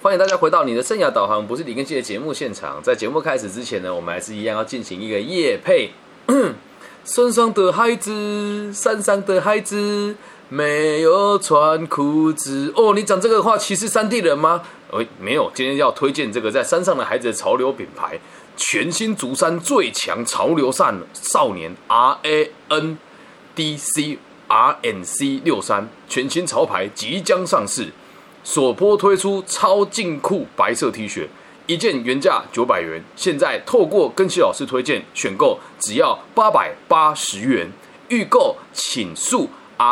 欢迎大家回到你的生涯导航，不是李根熙的节目现场。在节目开始之前呢，我们还是一样要进行一个业配。身上的孩子，山上的孩子，没有穿裤子。哦，你讲这个话歧视山地人吗？没有，今天要推荐这个在山上的孩子的潮流品牌，全新竹山最强潮流少年 RNC63 全新潮牌即将上市。索坡推出超劲酷白色 T 恤，一件原价900元，现在透过根熙老师推荐选购，只要880元。预购请速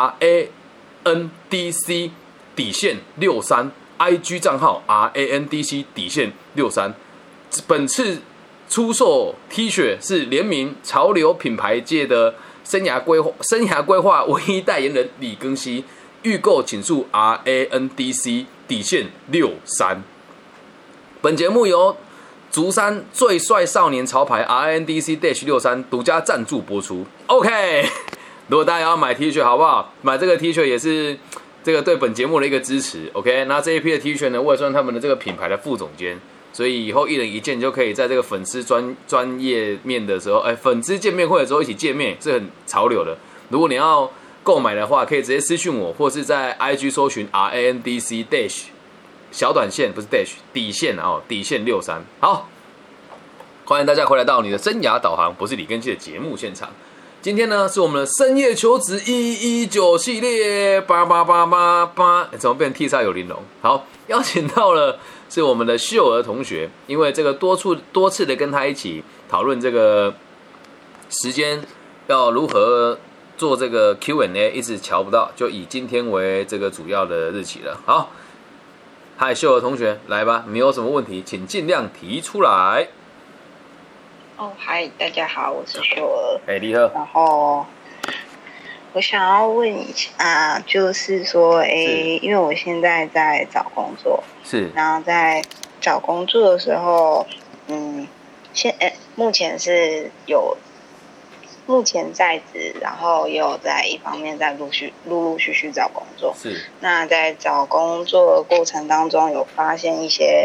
RANDC 底线63 IG 账号 RANDC 底线63。本次出售 T 恤是联名潮流品牌界的生涯规划唯一代言人李根熙。预购请速 RANDC 底线63。本节目由竹山最帅少年潮牌 RANDC-63 独家赞助播出。OK， 如果大家要买 T 恤，好不好？买这个 T 恤也是这个对本节目的一个支持。OK， 那这一批的 T 恤呢，我也算他们的这个品牌的副总监，所以以后一人一件就可以在这个粉丝专业面的时候，粉丝见面会的时候一起见面，是很潮流的。如果你要购买的话，可以直接私讯我，或是在 IG 搜寻 RANDC dash 小短线，不是 dash 底线底线63。好，欢迎大家回来到你的生涯导航，不是李根熙的节目现场。今天呢是我们的深夜求职119系列，8888，怎么变 T 叉有玲珑？好，邀请到了是我们的秀儿同学，因为这个多次的跟他一起讨论这个时间要如何做这个 Q&A 一直瞧不到，就以今天为这个主要的日期了。好，嗨，秀儿同学，来吧，你有什么问题，请尽量提出来。 嗨，大家好，我是秀儿。 你好。 然后我想要问一下，就是说，因为我现在在找工作， 是， 然后在找工作的时候，目前是有。目前在职，然后也有在一方面在陆陆续续找工作。 是。那在找工作的过程当中，有发现一些，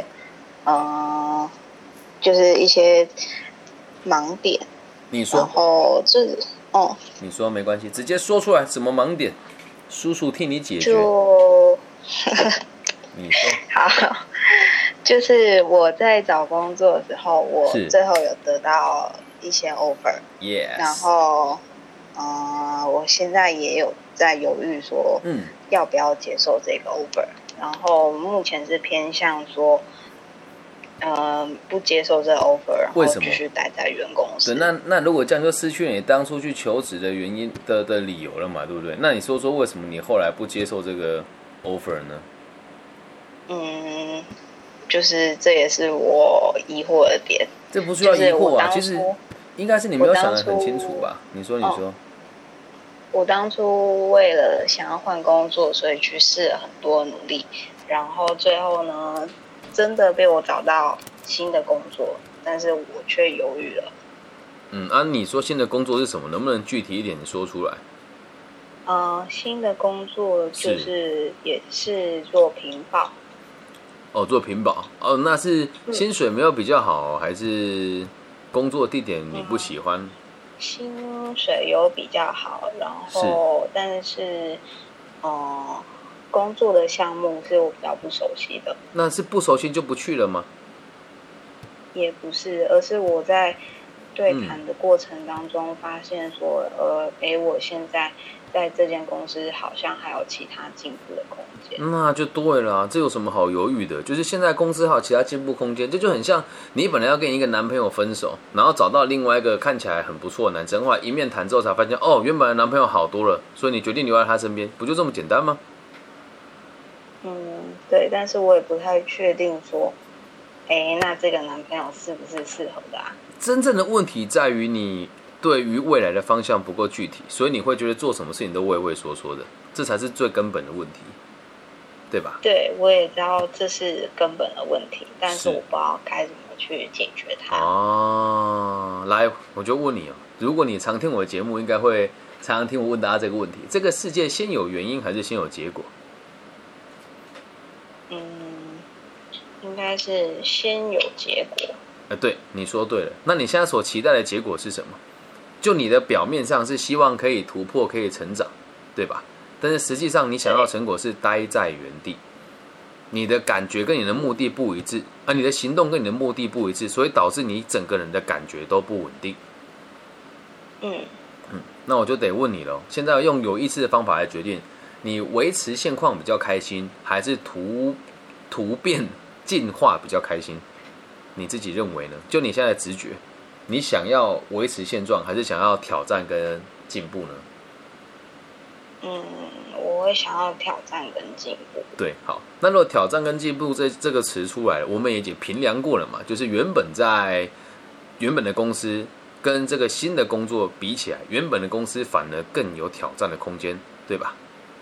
就是一些盲点。 你说。 然后你说没关系，直接说出来，什么盲点，叔叔替你解决。你说。 好，就是我在找工作的时候，我最后有得到一些 offer， yes. 然后，我现在也有在犹豫说，要不要接受这个 offer，然后目前是偏向说，不接受这个 offer， 然后继续待在原公司。 那如果这样就失去了你当初去求职的原因的理由了嘛，对不对？那你说为什么你后来不接受这个 offer 呢？ 就是这也是我疑惑的点。 这不需要疑惑啊，其实应该是你没有想得很清楚吧？你说。 我当初为了想要换工作，所以去试了很多努力，然后最后呢，真的被我找到新的工作，但是我却犹豫了。 你说新的工作是什么？能不能具体一点说出来？ 新的工作就是也是做屏保。 做屏保。那是薪水没有比较好，还是工作地点你不喜欢？ 薪水有比较好，然后但是工作的项目是我比较不熟悉的。 那是不熟悉就不去了吗？ 也不是，而是我在对谈的过程当中发现说，我现在在这间公司好像还有其他进步的空间。 那就对了，这有什么好犹豫的？就是现在公司还有其他进步空间，这就很像你本来要跟一个男朋友分手，然后找到另外一个看起来很不错的男生，后来一面谈之后才发现，原本的男朋友好多了，所以你决定留在他身边，不就这么简单吗？ 对，但是我也不太确定说，那这个男朋友是不是适合的啊？ 真正的问题在于你对于未来的方向不够具体，所以你会觉得做什么事情都畏畏缩缩的，这才是最根本的问题，对吧？ 对，我也知道这是根本的问题，但是我不知道该怎么去解决它。 来，我就问你如果你常听我的节目，应该会常常听我问大家这个问题：这个世界先有原因还是先有结果？ 应该是先有结果。 对，你说对了。那你现在所期待的结果是什么？就你的表面上是希望可以突破、可以成长，对吧？但是实际上你想要的成果是待在原地，你的感觉跟你的目的不一致，你的行动跟你的目的不一致，所以导致你整个人的感觉都不稳定。那我就得问你了，现在用有意识的方法来决定，你维持现况比较开心，还是突变进化比较开心？你自己认为呢？就你现在的直觉，你想要维持现状，还是想要挑战跟进步呢？ 我会想要挑战跟进步。 对，好，那如果挑战跟进步这个词出来了，我们也评量过了嘛，就是原本的公司跟这个新的工作比起来，原本的公司反而更有挑战的空间，对吧？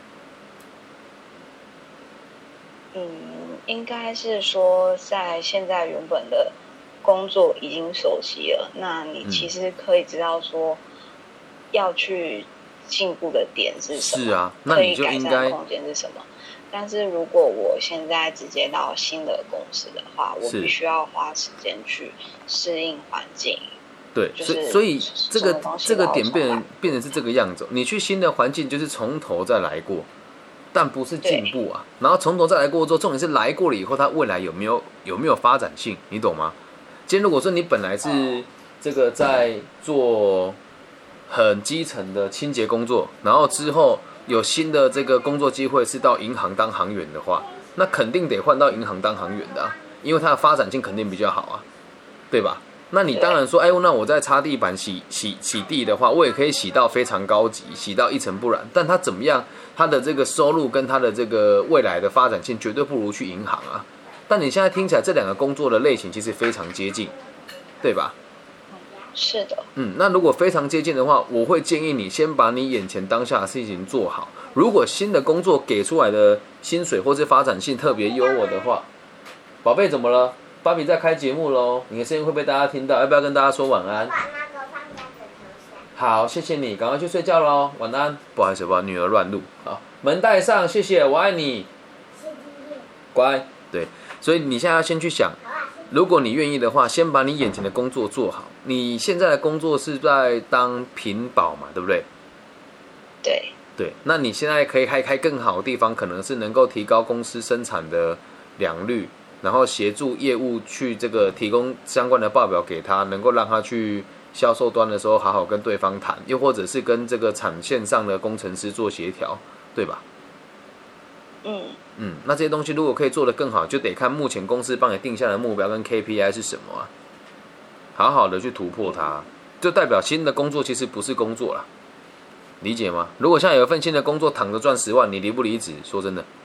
应该是说在现在原本的工作已经熟悉了，那你其实可以知道说要去进步的点是什么， 是啊，那你就应该可以改善的空间是什么。但是如果我现在直接到新的公司的话，我必须要花时间去适应环境。 对，所以这个点变成是这个样子。你去新的环境就是从头再来过，但不是进步啊。然后从头再来过之后，重点是来过了以后，它未来有没有发展性，你懂吗？今天如果说你本来是这个在做很基层的清洁工作，然后之后有新的这个工作机会是到银行当行员的话，那肯定得换到银行当行员的啊，因为它的发展性肯定比较好啊，对吧？那你当然说，那我在擦地板洗地的话，我也可以洗到非常高级，洗到一尘不染。但它怎么样？它的这个收入跟它的这个未来的发展性绝对不如去银行啊。但你现在听起来，这两个工作的类型其实非常接近，对吧？ 是的。 那如果非常接近的话，我会建议你先把你眼前当下的事情做好。如果新的工作给出来的薪水或是发展性特别优渥的话，宝贝怎么了？芭比在开节目咯，你的声音会被大家听到，要不要跟大家说晚安？好，谢谢你，赶快去睡觉咯，晚安。不好意思，我把女儿乱录。好，门带上，谢谢，我爱你。乖，对，所以你现在要先去想，如果你愿意的话，先把你眼前的工作做好。你现在的工作是在当品保嘛，对不对？对，那你现在可以开更好的地方，可能是能够提高公司生产的良率。然后协助业务去这个提供相关的报表给他，能够让他去销售端的时候好好跟对方谈，又或者是跟这个产线上的工程师做协调，对吧？那这些东西如果可以做得更好，就得看目前公司帮你定下的目标跟 KPI 是什么啊，好好的去突破它，就代表新的工作其实不是工作啦，理解吗？如果现在有一份新的工作躺着赚10万，你离不离职？说真的。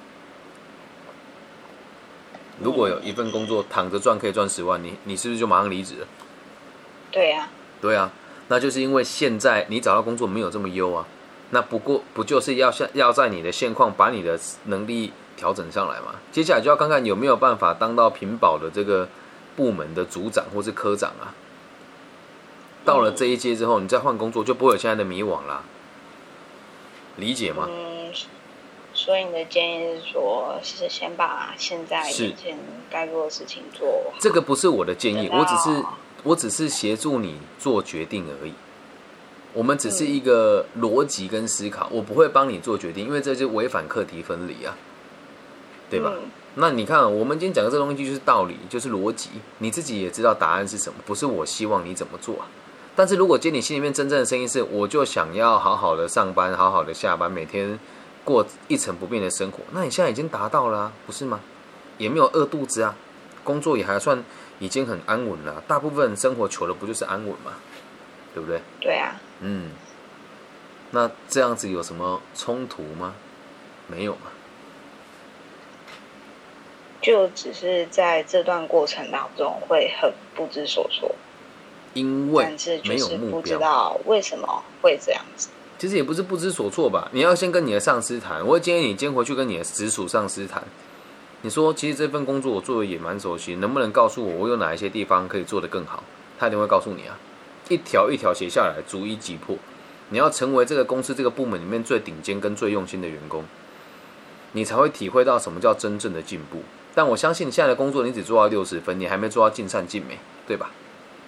如果有一份工作躺着赚可以赚10万，你是不是就马上离职了？对啊，那就是因为现在你找到工作没有这么优啊，那不就是要在你的现况把你的能力调整上来嘛？接下来就要看看有没有办法当到品保的这个部门的组长或是科长啊。到了这一阶之后，你再换工作就不会有现在的迷惘啦，理解吗？ 所以你的建议是说，是先把现在眼前该做的事情做好。 这个不是我的建议，我只是协助你做决定而已。我们只是一个逻辑跟思考，我不会帮你做决定，因为这就违反课题分离啊，对吧？那你看，我们今天讲的这东西就是道理，就是逻辑，你自己也知道答案是什么，不是我希望你怎么做啊。但是如果今天你心里面真正的声音是，我就想要好好的上班，好好的下班，每天过一成不变的生活，那你现在已经达到了啊，不是吗？也没有饿肚子啊，工作也还算已经很安稳了，大部分人生活求的不就是安稳吗？对不对？ 对啊。 那这样子有什么冲突吗？没有嘛。 就只是在这段过程当中会很不知所措， 因为没有目标， 不知道为什么会这样子。 其实也不是不知所措吧，你要先跟你的上司谈。我会建议你今天回去跟你的直属上司谈，你说其实这份工作我做的也蛮熟悉，能不能告诉我有哪一些地方可以做得更好？他一定会告诉你啊，一条一条写下来，逐一击破。你要成为这个公司这个部门里面最顶尖跟最用心的员工，你才会体会到什么叫真正的进步。 但我相信现在的工作你只做到60分，你还没做到尽善尽美，对吧？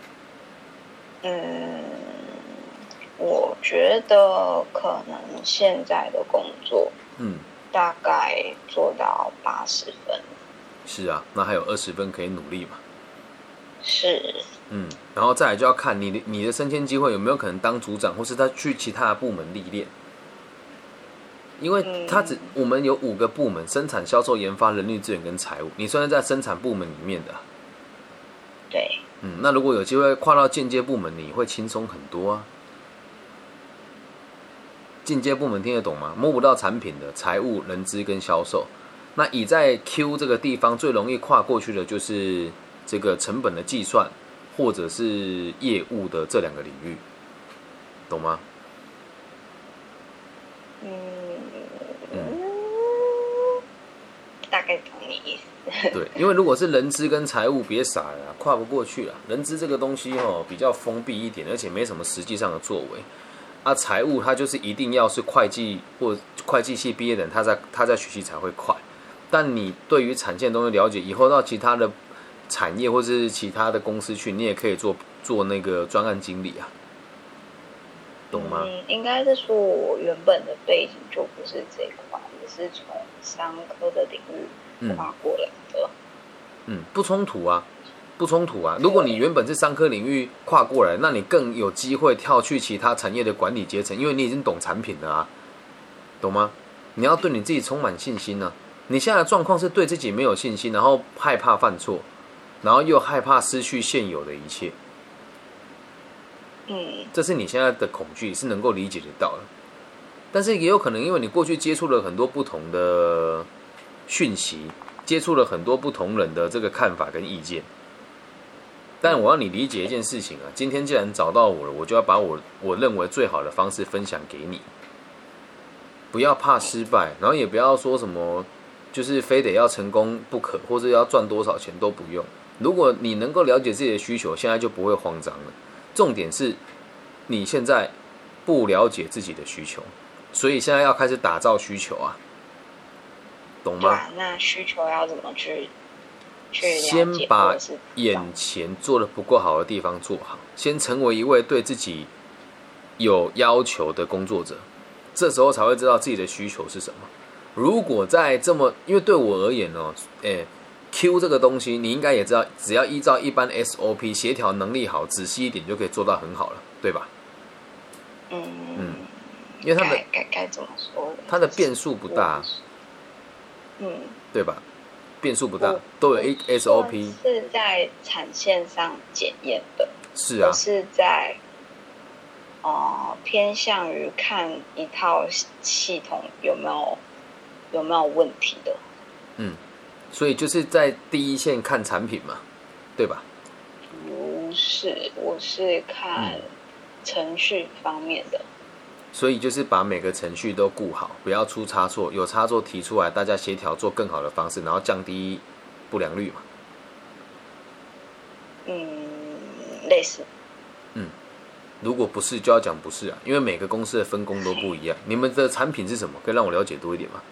我觉得可能现在的工作，大概做到80分。 是啊，那还有20分可以努力嘛。 是。 然后再来就要看你的升迁机会有没有可能当组长，或是他去其他的部门历练。因为我们有5个部门：生产、销售、研发、人力资源跟财务。你算是在生产部门里面的。 对。 那如果有机会跨到间接部门，你会轻松很多啊。间接部门听得懂吗？摸不到产品的财务、人资跟销售。那以在 Q 这个地方最容易跨过去的就是这个成本的计算，或者是业务的这2个领域，懂吗？ 大概懂你意思。 对，因为如果是人资跟财务，别傻了，跨不过去了。人资这个东西比较封闭一点，而且没什么实际上的作为。财务它就是一定要是会计或会计系毕业的人，他在学习才会快。但你对于产线的东西了解，以后到其他的产业或是其他的公司去，你也可以做那个专案经理啊，懂吗？ 应该是说我原本的背景就不是这一块，我是从商科的领域跨过来的。 不冲突啊。不冲突啊！如果你原本是商科领域跨过来，那你更有机会跳去其他产业的管理阶层，因为你已经懂产品了啊，懂吗？你要对你自己充满信心啊！你现在的状况是对自己没有信心，然后害怕犯错，然后又害怕失去现有的一切。这是你现在的恐惧，是能够理解得到的。但是也有可能，因为你过去接触了很多不同的讯息，接触了很多不同人的这个看法跟意见。但我要你理解一件事情啊，今天既然找到我了，我就要把我认为最好的方式分享给你。不要怕失败，然后也不要说什么就是非得要成功不可，或者要赚多少钱都不用。如果你能够了解自己的需求，现在就不会慌张了。重点是你现在不了解自己的需求，所以现在要开始打造需求啊，懂吗？ 对啊，那需求要怎么去先把眼前做得不够好的地方做好，先成为一位对自己有要求的工作者，这时候才会知道自己的需求是什么。如果在因为对我而言Q 这个东西你应该也知道，只要依照一般 SOP 协调能力好，仔细一点就可以做到很好了，对吧？因为该怎么说？ 它的变数不大，对吧？变数不大，都有 SOP。 是在产线上检验的， 是啊， 是在偏向于看一套系统有没有问题的。 所以就是在第一线看产品嘛，对吧？ 不是，我是看程序方面的。 所以就是把每个程序都顾好，不要出差错，有差错提出来，大家协调做更好的方式，然后降低不良率嘛。 类似。 如果不是就要讲不是啊，因为每个公司的分工都不一样。你们的产品是什么？可以让我了解多一点吗？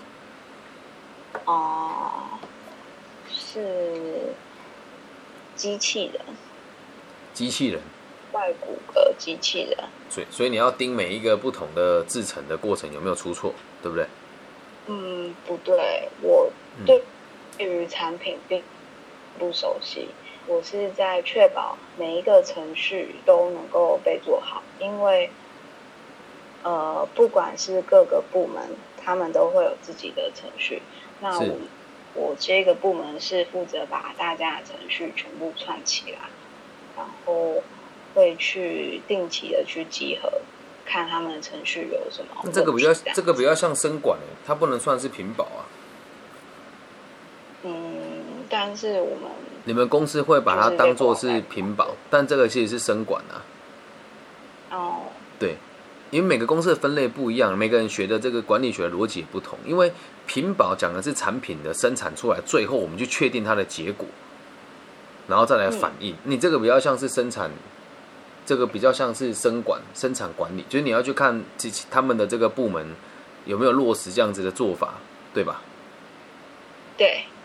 是机器人。 机器人。 外骨骼机器人。 所以你要盯每一个不同的制程的过程有没有出错，对不对？ 不对，我对于产品并不熟悉，我是在确保每一个程序都能够被做好，因为不管是各个部门，他们都会有自己的程序。那我这个部门是负责把大家的程序全部串起来，然后会去定期的去集合，看他们的程序有什么问题。 这个比较像生管，它不能算是品保啊。 但是你们公司会把它当作是品保，但这个其实是生管啊。对，因为每个公司的分类不一样，每个人学的这个管理学的逻辑也不同。因为品保讲的是产品的生产出来，最后我们去确定它的结果，然后再来反应。你这个比较像是生产。这个比较像是生产管理，就是你要去看他们的这个部门有没有落实这样子的做法，对吧？ 对。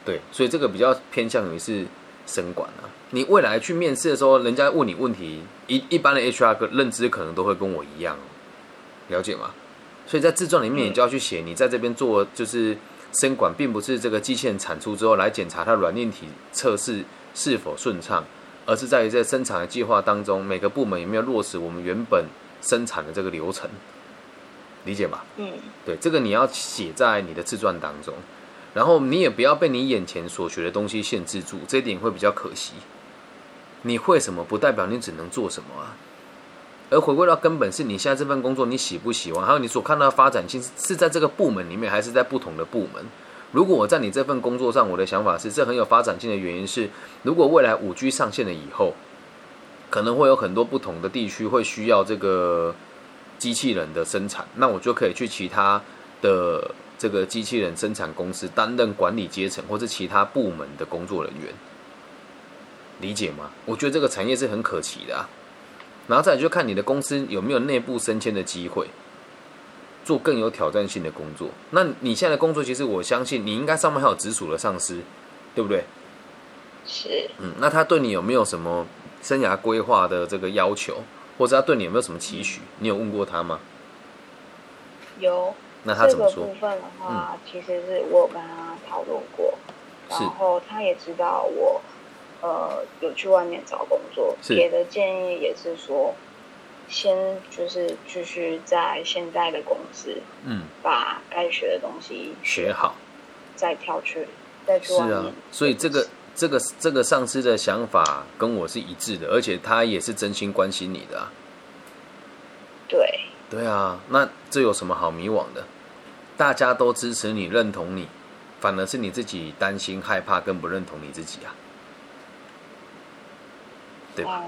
对，所以这个比较偏向于是生管啊。你未来去面试的时候，人家问你问题，一般的 HR 认知可能都会跟我一样，了解吗？所以在自传里面，你就要去写，你在这边做就是生管，并不是这个机器人产出之后来检查它软硬体测试是否顺畅，而是在于在生产的计划当中，每个部门有没有落实我们原本生产的这个流程，理解吧？对，这个你要写在你的自传当中，然后你也不要被你眼前所学的东西限制住，这一点会比较可惜。你会什么不代表你只能做什么啊？而回归到根本，是你现在这份工作你喜不喜欢，还有你所看到的发展性是在这个部门里面，还是在不同的部门。如果我在你这份工作上，我的想法是这很有发展性的原因是，如果未来5G 上线了以后，可能会有很多不同的地区会需要这个机器人的生产，那我就可以去其他的这个机器人生产公司担任管理阶层，或是其他部门的工作人员，理解吗？我觉得这个产业是很可期的啊。然后再来就看你的公司有没有内部升迁的机会，做更有挑战性的工作。那你现在的工作，其实我相信你应该上面还有直属的上司，对不对？ 是。 那他对你有没有什么生涯规划的这个要求，或者他对你有没有什么期许？你有问过他吗？ 有。 那他怎么说？ 这个部分的话，其实是我有跟他讨论过，然后他也知道我。有去外面找工作，给的建议也是说，先就是继续在现在的公司，把该学的东西学好， 再去外面。 是啊，所以这个上司的想法跟我是一致的，而且他也是真心关心你的啊。对啊，那这有什么好迷惘的？大家都支持你、认同你，反而是你自己担心、害怕跟不认同你自己啊。对吧？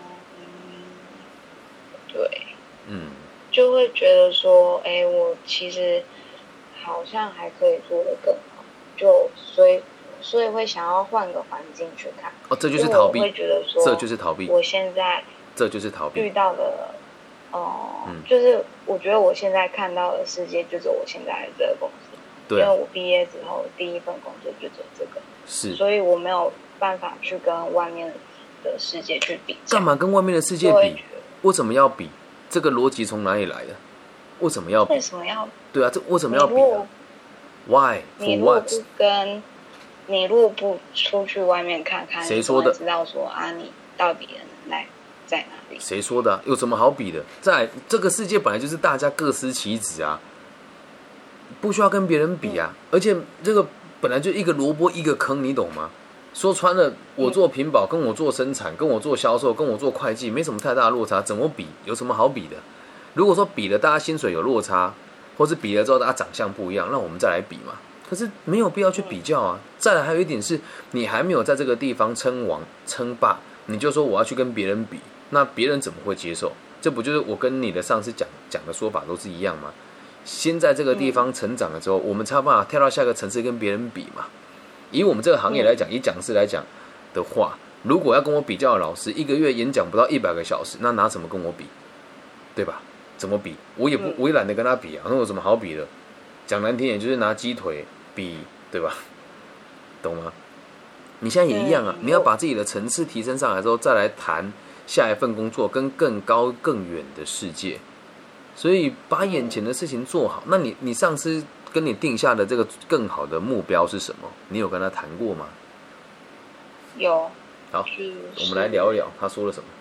对，就会觉得说，我其实好像还可以做得更好，所以会想要换个环境去看。 这就是逃避。 我会觉得说， 这就是逃避。 我现在这就是逃避遇到的，就是我觉得我现在看到的世界，就是我现在的这个公司。 对啊。 因为我毕业之后第一份工作就只有这个， 是， 所以我没有办法去跟外面的世界去比较。 干嘛跟外面的世界比？为什么要比？这个逻辑从哪里来的？为什么要比？ 为什么要？ 对啊，这为什么要比啊 ？Why? For what? 你如果不出去外面看看， 谁说的？ 知道说啊，你到底的能耐在哪里？ 谁说的？有什么好比的？在这个世界本来就是大家各司其职啊，不需要跟别人比啊。而且这个本来就一个萝卜一个坑，你懂吗？说穿了，我做品保跟我做生产，跟我做销售，跟我做会计，没什么太大的落差，怎么比？有什么好比的？如果说比了，大家薪水有落差，或是比了之后大家长相不一样，那我们再来比嘛。可是没有必要去比较啊。再来还有一点是，你还没有在这个地方称王称霸，你就说我要去跟别人比，那别人怎么会接受？这不就是我跟你的上司讲的说法都是一样吗？先在这个地方成长了之后，我们才有办法跳到下个层次跟别人比嘛。以我们这个行业来讲，以讲师来讲的话，如果要跟我比较的老师，一个月演讲不到100个小时，那拿什么跟我比？对吧？怎么比？我也懒得跟他比啊，那有什么好比的？讲难听点，就是拿鸡腿比，对吧？懂吗？你现在也一样啊，你要把自己的层次提升上来之后，再来谈下一份工作跟更高更远的世界。所以把眼前的事情做好。那你上司跟你定下的这个更好的目标是什么？你有跟他谈过吗？ 有。 好，我们来聊一聊他说了什么。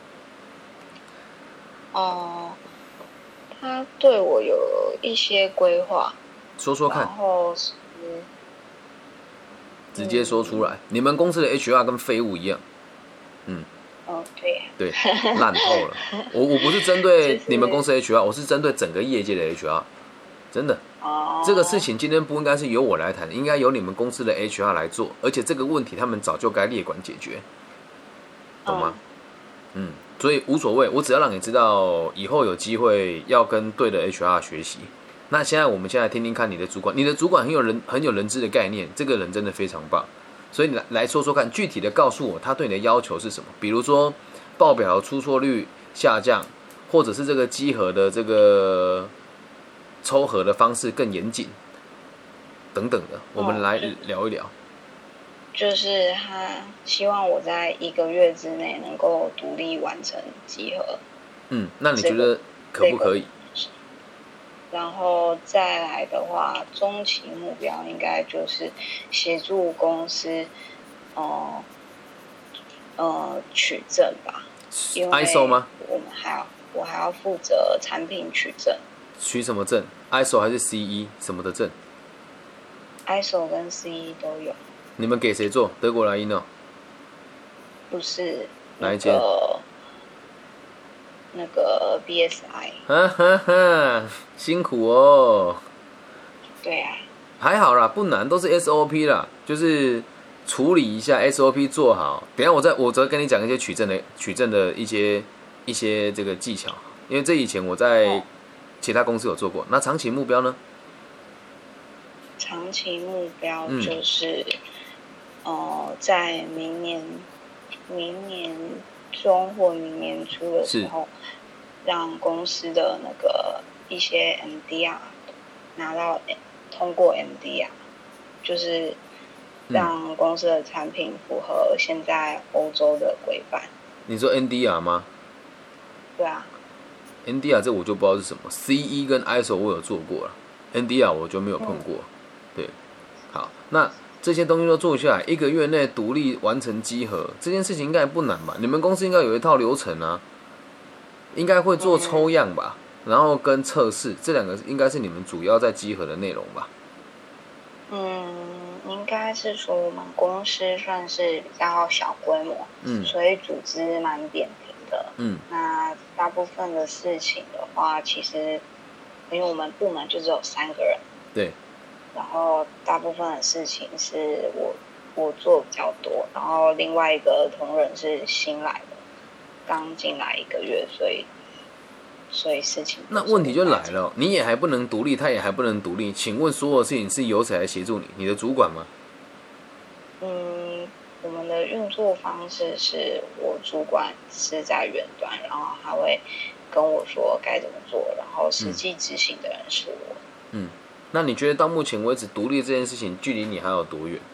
他对我有一些规划， 说说看。 然后直接说出来。你们公司的 HR 跟废物一样。对，烂透了。我不是针对你们公司的 HR， 我是针对整个业界的 HR。真的，这个事情今天不应该是由我来谈，应该由你们公司的 HR 来做。而且这个问题他们早就该列管解决，懂吗？所以无所谓，我只要让你知道以后有机会要跟对的 HR 学习。那现在我们先来听听看你的主管，你的主管很有人知的概念，这个人真的非常棒。所以你来说说看，具体的告诉我他对你的要求是什么？比如说报表出错率下降，或者是这个稽核的这个抽核的方式更严谨，等等的，我们来聊一聊。 就是他希望我在1个月之内能够独立完成集合。 那你觉得可不可以？ 然后再来的话，中期目标应该就是协助公司，取证吧。因为 ISO 吗？ 我还要负责产品取证。 取什么证 ？ISO 还是 CE 什么的证 ？ISO 跟 CE 都有。 你们给谁做？德国莱茵哦？ 不是， 哪一间？ 那个 BSI。 哈哈哈，辛苦哦。 对啊。 还好啦，不难，都是 SOP 啦，就是处理一下 SOP 做好。等一下我再跟你讲一些取证的一些这个技巧，因为这以前我在其他公司有做过。那长期目标呢？ 长期目标就是，在明年中或明年初的时候，让公司的那个一些 MDR 通过 MDR， 就是让公司的产品符合现在欧洲的规范。 你说 NDR 吗？ 对啊。 NDR 这我就不知道是什么 ，CE 跟 ISO 我有做过了 ，NDR 我就没有碰过。对，好，那这些东西都做下来，1个月内独立完成集合，这件事情应该不难吧？你们公司应该有一套流程啊，应该会做抽样吧，然后跟测试，这2个应该是你们主要在集合的内容吧？ 应该是说我们公司算是比较小规模，所以组织蛮扁平的。那大部分的事情的话，其实因为我们部门就只有3个人， 对。 然后大部分的事情是我做比较多，然后另外一个同仁是新来的，刚进来1个月，所以事情那问题就来了，你也还不能独立，他也还不能独立，请问所有事情是由谁来协助你？你的主管吗？ 我们的运作方式是我主管是在远端，然后他会跟我说该怎么做，然后实际执行的人是我。 那你觉得到目前为止独立这件事情距离你还有多远？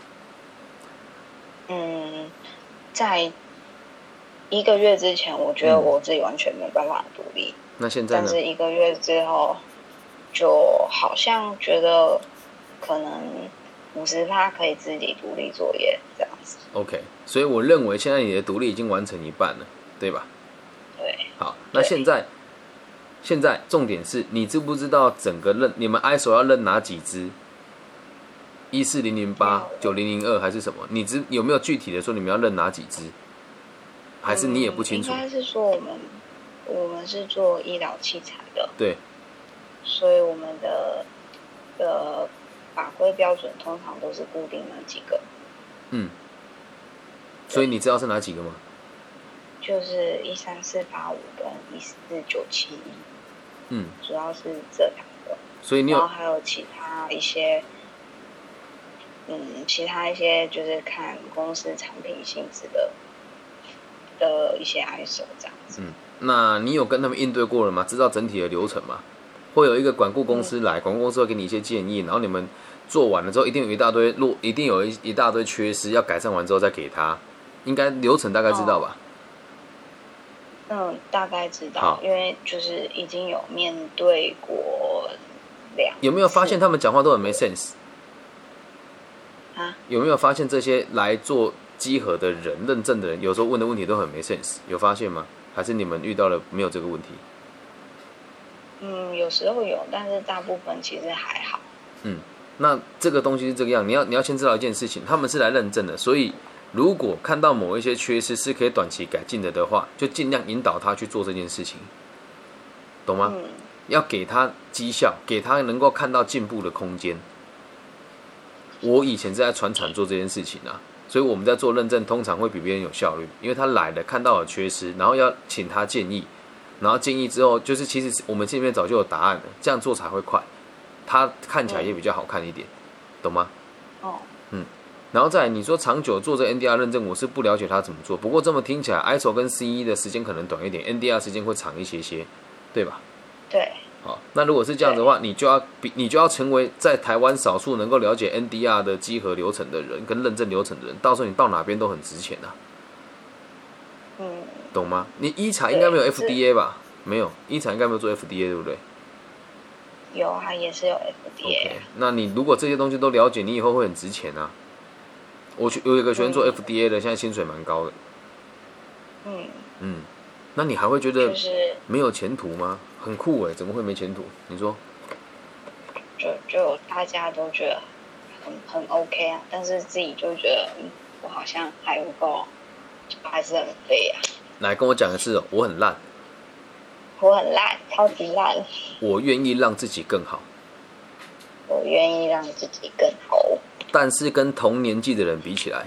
在1个月之前，我觉得我自己完全没办法独立。 那现在呢？ 但是1个月之后，就好像觉得可能50%可以自己独立作业这样子。 OK， 所以我认为现在你的独立已经完成一半了，对吧？ 对。 好，那现在重点是你知不知道你们 ISO 要认哪几支？14008、9002还是什么？你有没有具体的说你们要认哪几支？还是你也不清楚？ 应该是说我们是做医疗器材的， 对， 所以我们的法规标准通常都是固定那几个。 所以你知道是哪几个吗？ 就是13485跟14971。主要是这2个。 所以然后还有其他一些就是看公司产品性质的一些 ISO 这样子。 那你有跟他们应对过了吗？知道整体的流程吗？会有一个管顾公司来，管顾公司会给你一些建议，然后你们做完了之后，一定有一大堆缺失，要改善完之后再给他。应该流程大概知道吧？ 大概知道，因为就是已经有面对过2次。 有没有发现他们讲话都很没 sense？有没有发现这些来做稽核的人、认证的人，有时候问的问题都很没 sense？有发现吗？还是你们遇到了没有这个问题？ 有时候有，但是大部分其实还好。 那这个东西是这个样，你要先知道一件事情，他们是来认证的，所以如果看到某一些缺失是可以短期改进的话，就尽量引导他去做这件事情，懂吗？要给他绩效，给他能够看到进步的空间。我以前是在传产做这件事情啊，所以我们在做认证通常会比别人有效率，因为他来了看到了缺失，然后要请他建议，然后建议之后就是其实我们这边早就有答案了，这样做才会快，他看起来也比较好看一点，懂吗？然后再来你说长久做这个 NDR 认证，我是不了解他怎么做，不过这么听起来 ISO 跟 CE 的时间可能短一点， NDR 时间会长一些，对吧？ 对。 好，那如果是这样的话，你就要成为在台湾少数能够了解 NDR 的稽核流程的人跟认证流程的人，到时候你到哪边都很值钱啊。懂吗？你医材应该没有 FDA 吧？没有，医材应该没有做 FDA， 对不对？ 有啊，也是有 FDA。 那你如果这些东西都了解，你以后会很值钱啊。我有一个学生做 FDA 的，现在薪水蛮高的。那你还会觉得没有前途吗？很酷哎，怎么会没前途？你说？ 就大家都觉得很 OK 啊，但是自己就觉得我好像还不够，就还是很废啊。 来跟我讲一次我很烂。 我很烂，超级烂。 我愿意让自己更好。 我愿意让自己更好。 但是跟同年纪的人比起来，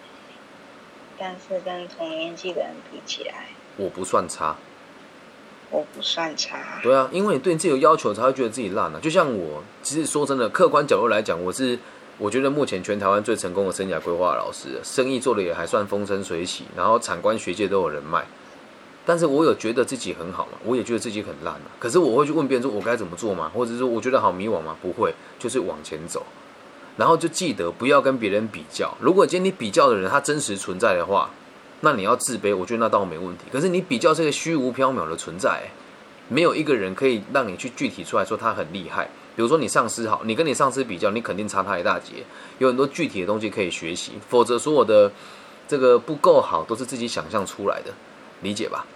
我不算差。 我不算差。 对啊，因为你对你自己有要求，才会觉得自己烂啊。就像我，其实说真的，客观角度来讲，我觉得目前全台湾最成功的生涯规划老师，生意做的也还算风生水起，然后产官学界都有人脉。但是我有觉得自己很好吗？我也觉得自己很烂啊。可是我会去问别人说我该怎么做吗？或者说我觉得好迷惘吗？不会，就是往前走。然后就记得不要跟别人比较。如果今天你比较的人他真实存在的话，那你要自卑，我觉得那倒没问题。可是你比较是个虚无缥缈的存在，没有一个人可以让你去具体出来说他很厉害。比如说你上司好，你跟你上司比较，你肯定差他一大截。有很多具体的东西可以学习，否则所有的这个不够好都是自己想象出来的，理解吧？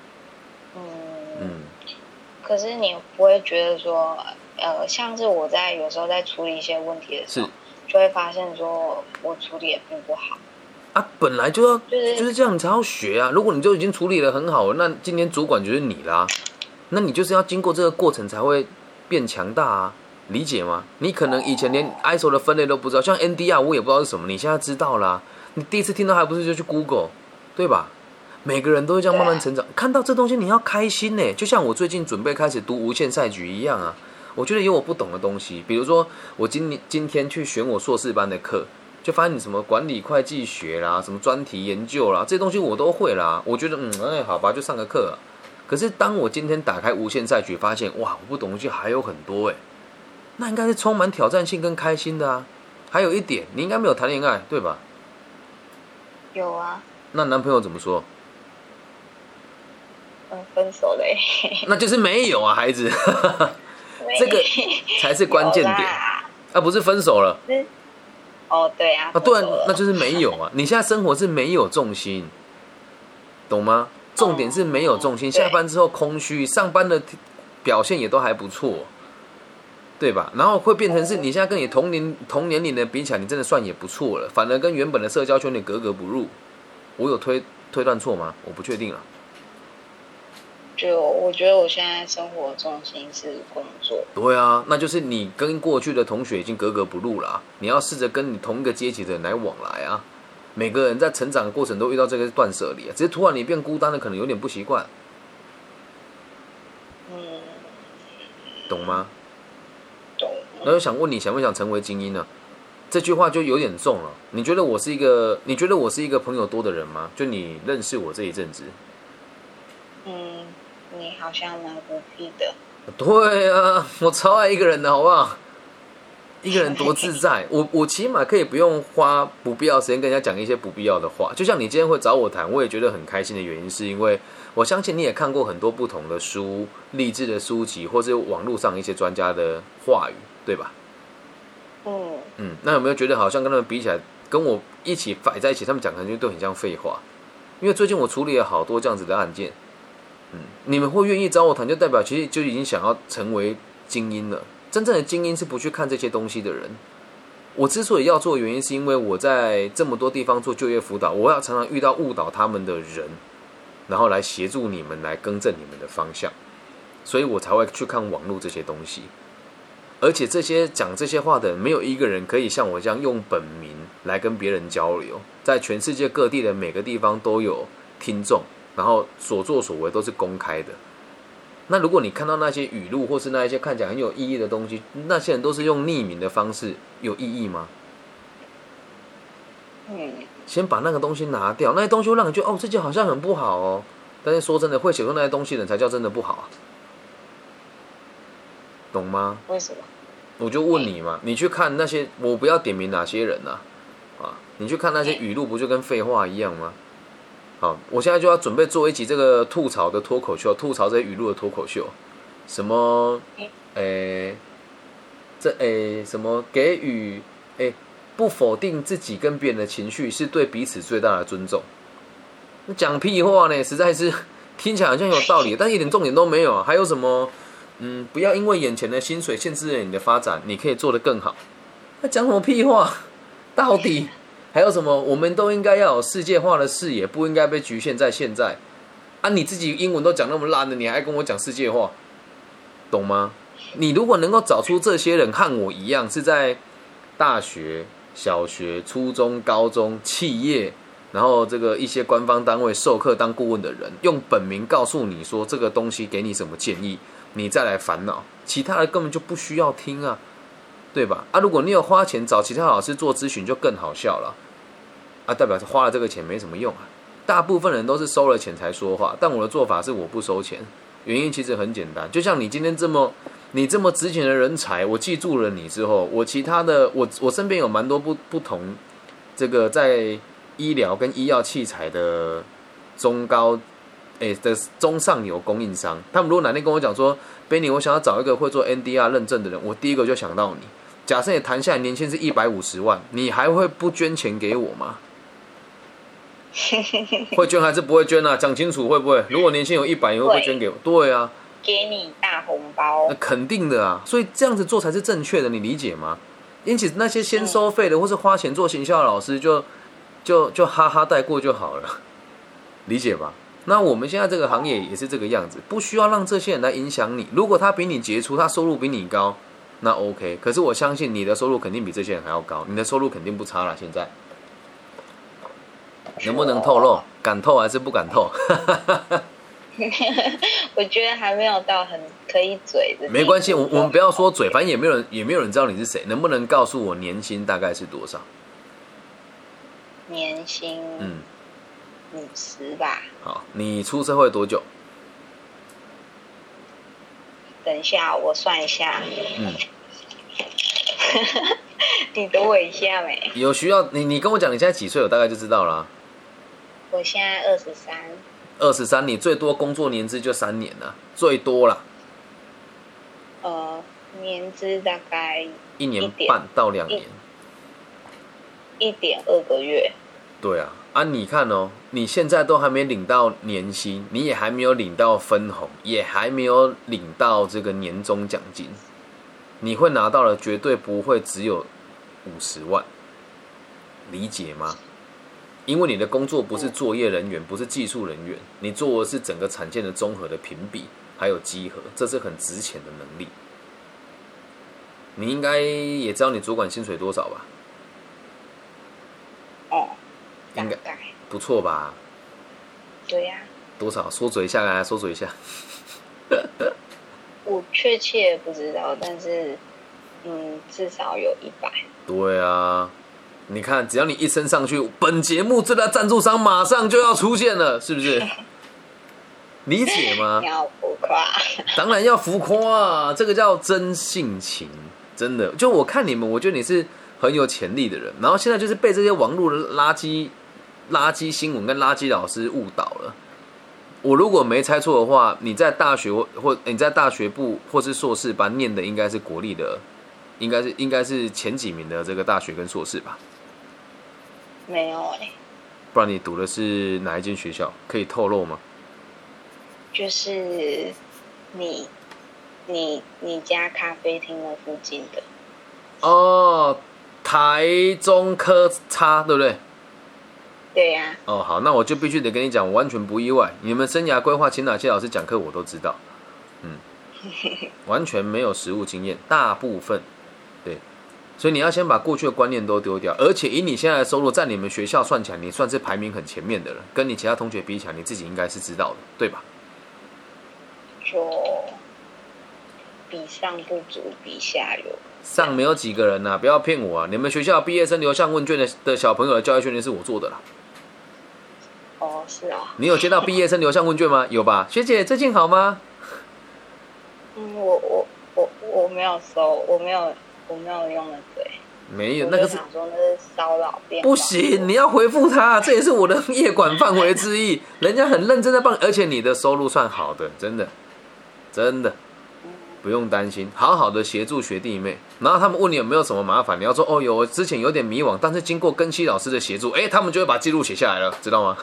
可是你不会觉得说，像是我有时候在处理一些问题的时候，就会发现说我处理也并不好啊。本来就要就是这样，你才要学啊。如果你就已经处理得很好了，那今天主管就是你啦。那你就是要经过这个过程才会变强大啊，理解吗？你可能以前连 ISO 的分类都不知道，像 NDR 我也不知道是什么，你现在知道啦。你第一次听到还不是就去 Google， 对吧？每个人都会这样慢慢成长，看到这东西你要开心呢，就像我最近准备开始读无限赛局一样啊。我觉得有我不懂的东西，比如说我今天去选我硕士班的课，就发现你什么管理会计学啦，什么专题研究啦，这些东西我都会啦。我觉得好吧，就上个课啊。可是当我今天打开无限赛局，发现哇，我不懂的东西还有很多那应该是充满挑战性跟开心的啊。还有一点，你应该没有谈恋爱对吧？ 有啊。 那男朋友怎么说？ 分手了那就是没有啊，孩子。这个才是关键点啊，不是分手了。 对啊。 对啊，那就是没有啊。你现在生活是没有重心，懂吗？重点是没有重心。下班之后空虚，上班的表现也都还不错，对吧？然后会变成是你现在跟你同年龄的比起来，你真的算也不错了，反而跟原本的社交圈你格格不入。我有推断错吗？我不确定了。 我觉得我现在生活重心是工作。 对啊，那就是你跟过去的同学已经格格不入了啊。你要试着跟你同一个阶级的人来往来啊。每个人在成长的过程都遇到这个断舍离啊，只是突然你变孤单了，可能有点不习惯。懂吗？ 懂。 那就想问你，想不想成为精英呢？这句话就有点重了。你觉得我是一个朋友多的人吗？就你认识我这一阵子。 你好像蛮孤僻的。 对啊，我超爱一个人的好不好？一个人多自在。我起码可以不用花不必要的时间跟人家讲一些不必要的话。就像你今天会找我谈，我也觉得很开心的原因，是因为我相信你也看过很多不同的书、励志的书籍，或是网络上一些专家的话语，对吧？那有没有觉得好像跟他们比起来，跟我一起摆在一起，他们讲的都很像废话？因为最近我处理了好多这样子的案件。你们会愿意找我谈，就代表其实就已经想要成为精英了。真正的精英是不去看这些东西的人。我之所以要做的原因，是因为我在这么多地方做就业辅导，我要常常遇到误导他们的人，然后来协助你们来更正你们的方向，所以我才会去看网络这些东西。而且这些讲这些话的人，没有一个人可以像我这样用本名来跟别人交流，在全世界各地的每个地方都有听众，然后所作所为都是公开的。那如果你看到那些语录，或是那一些看起来很有意义的东西，那些人都是用匿名的方式，有意义吗？先把那个东西拿掉，那些东西会让你觉得这件好像很不好哦。但是说真的，会写出那些东西的人才叫真的不好啊。 懂吗？ 为什么？ 我就问你嘛，你去看那些，我不要点名哪些人啊，你去看那些语录，不就跟废话一样吗？好，我现在就要准备做一集这个吐槽的脱口秀，吐槽这些语录的脱口秀，什么，什么给予，不否定自己跟别人的情绪是对彼此最大的尊重。讲屁话呢，实在是听起来好像有道理，但一点重点都没有啊。还有什么？不要因为眼前的薪水限制了你的发展，你可以做得更好。那讲什么屁话？到底还有什么？我们都应该要有世界化的视野，不应该被局限在现在。啊，你自己英文都讲那么烂了，你还跟我讲世界化，懂吗？你如果能够找出这些人和我一样是在大学、小学、初中、高中、企业，然后这个一些官方单位授课当顾问的人，用本名告诉你说这个东西给你什么建议，你再来烦恼，其他的根本就不需要听啊，对吧？啊，如果你有花钱找其他老师做咨询，就更好笑了啊，代表是花了这个钱没什么用啊。大部分人都是收了钱才说话，但我的做法是我不收钱，原因其实很简单，就像你今天这么值钱的人才，我记住了你之后，我其他的我身边有蛮多不同这个在医疗跟医药器材的中高的中上游供应商，他们如果哪天跟我讲说 Benny 我想要找一个会做 NDR 认证的人，我第一个就想到你。假设你谈下来年薪是150万，你还会不捐钱给我吗？会捐还是不会捐啊？讲清楚会不会？如果年薪有100，你会不会捐给我？对啊，给你大红包。 那肯定的啊，所以这样子做才是正确的，你理解吗？因此那些先收费的或是花钱做行销的老师就哈哈带过就好了，理解吧？那我们现在这个行业也是这个样子，不需要让这些人来影响你。如果他比你杰出，他收入比你高，那 OK。可是我相信你的收入肯定比这些人还要高，你的收入肯定不差了。现在能不能透露？敢透还是不敢透？ 我觉得还没有到很可以嘴的。 没关系，我们不要说嘴，反正也没有人知道你是谁。能不能告诉我年薪大概是多少？ 年薪50吧。 好，你出社会多久？ 等一下，我算一下。你等我一下没？ 有需要你跟我讲你现在几岁，我大概就知道了。 我现在 23，你最多工作年资就3年了，最多啦。 年资大概 1年半到2年 ，1.2个月。 对啊，你看哦，你现在都还没领到年薪，你也还没有领到分红，也还没有领到这个年终奖金，你会拿到的绝对不会只有50万，理解吗？因为你的工作不是作业人员，不是技术人员，你做的是整个产线的综合的评比还有稽核，这是很值钱的能力。你应该也知道你主管薪水多少吧？应该不错吧？ 对呀。 多少？说嘴一下来，说嘴一下。 我确切不知道，但是至少有100。 对啊，你看，只要你一升上去，本节目最大赞助商马上就要出现了，是不是？理解吗？ 要浮夸？ 当然要浮夸啊！这个叫真性情，真的。就我看你们，我觉得你是很有潜力的人，然后现在就是被这些网络的垃圾新闻跟垃圾老师误导了。我如果没猜错的话，你在大学或你在大学部或是硕士班念的应该是国立的，应该是前几名的这个大学跟硕士吧？ 没有不然你读的是哪一间学校？可以透露吗？ 就是你家咖啡厅的附近的。 哦，台中科差对不对？ 对呀。 好，那我就必须得跟你讲，我完全不意外。你们生涯规划请哪些老师讲课我都知道，完全没有实务经验，大部分对，所以你要先把过去的观念都丢掉。而且以你现在的收入，在你们学校算起来，你算是排名很前面的了，跟你其他同学比起来，你自己应该是知道的，对吧？ 就比上不足，比下有。 上没有几个人不要骗我啊！你们学校毕业生流向问卷的小朋友的教育训练是我做的啦。 是啊。 你有接到毕业生流向问卷吗？有吧？学姐最近好吗？ 我没有收，我没有用的对。 没有，那个是想说那是骚扰电话。 不行，你要回复他，这也是我的业管范围之一。人家很认真的帮，而且你的收入算好的，真的，真的。不用担心，好好的协助学弟妹。然后他们问你有没有什么麻烦，你要说哦，有，之前有点迷惘，但是经过根熙老师的协助，他们就会把记录写下来了，知道吗？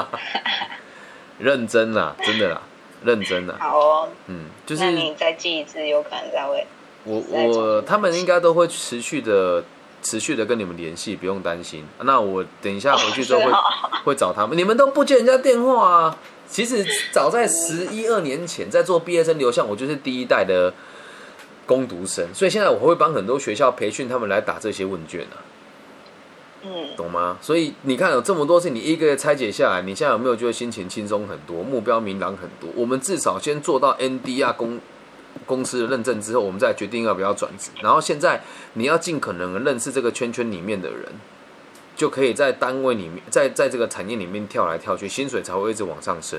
认真啦，真的啦，认真啦。 好哦， 就是那你再记一次，有可能再会。 他们应该都会持续的跟你们联系，不用担心。那我等一下回去之后会找他们，你们都不接人家电话啊。其实早在11、12年前，在做毕业生流向，我就是第一代的工读生，所以现在我会帮很多学校培训他们来打这些问卷啊，懂吗？所以你看有这么多事，你一个月拆解下来，你现在有没有觉得心情轻松很多，目标明朗很多？我们至少先做到 NDR 公司的认证之后，我们再决定要不要转职。然后现在你要尽可能认识这个圈圈里面的人。就可以在单位里面，在这个产业里面跳来跳去，薪水才会一直往上升。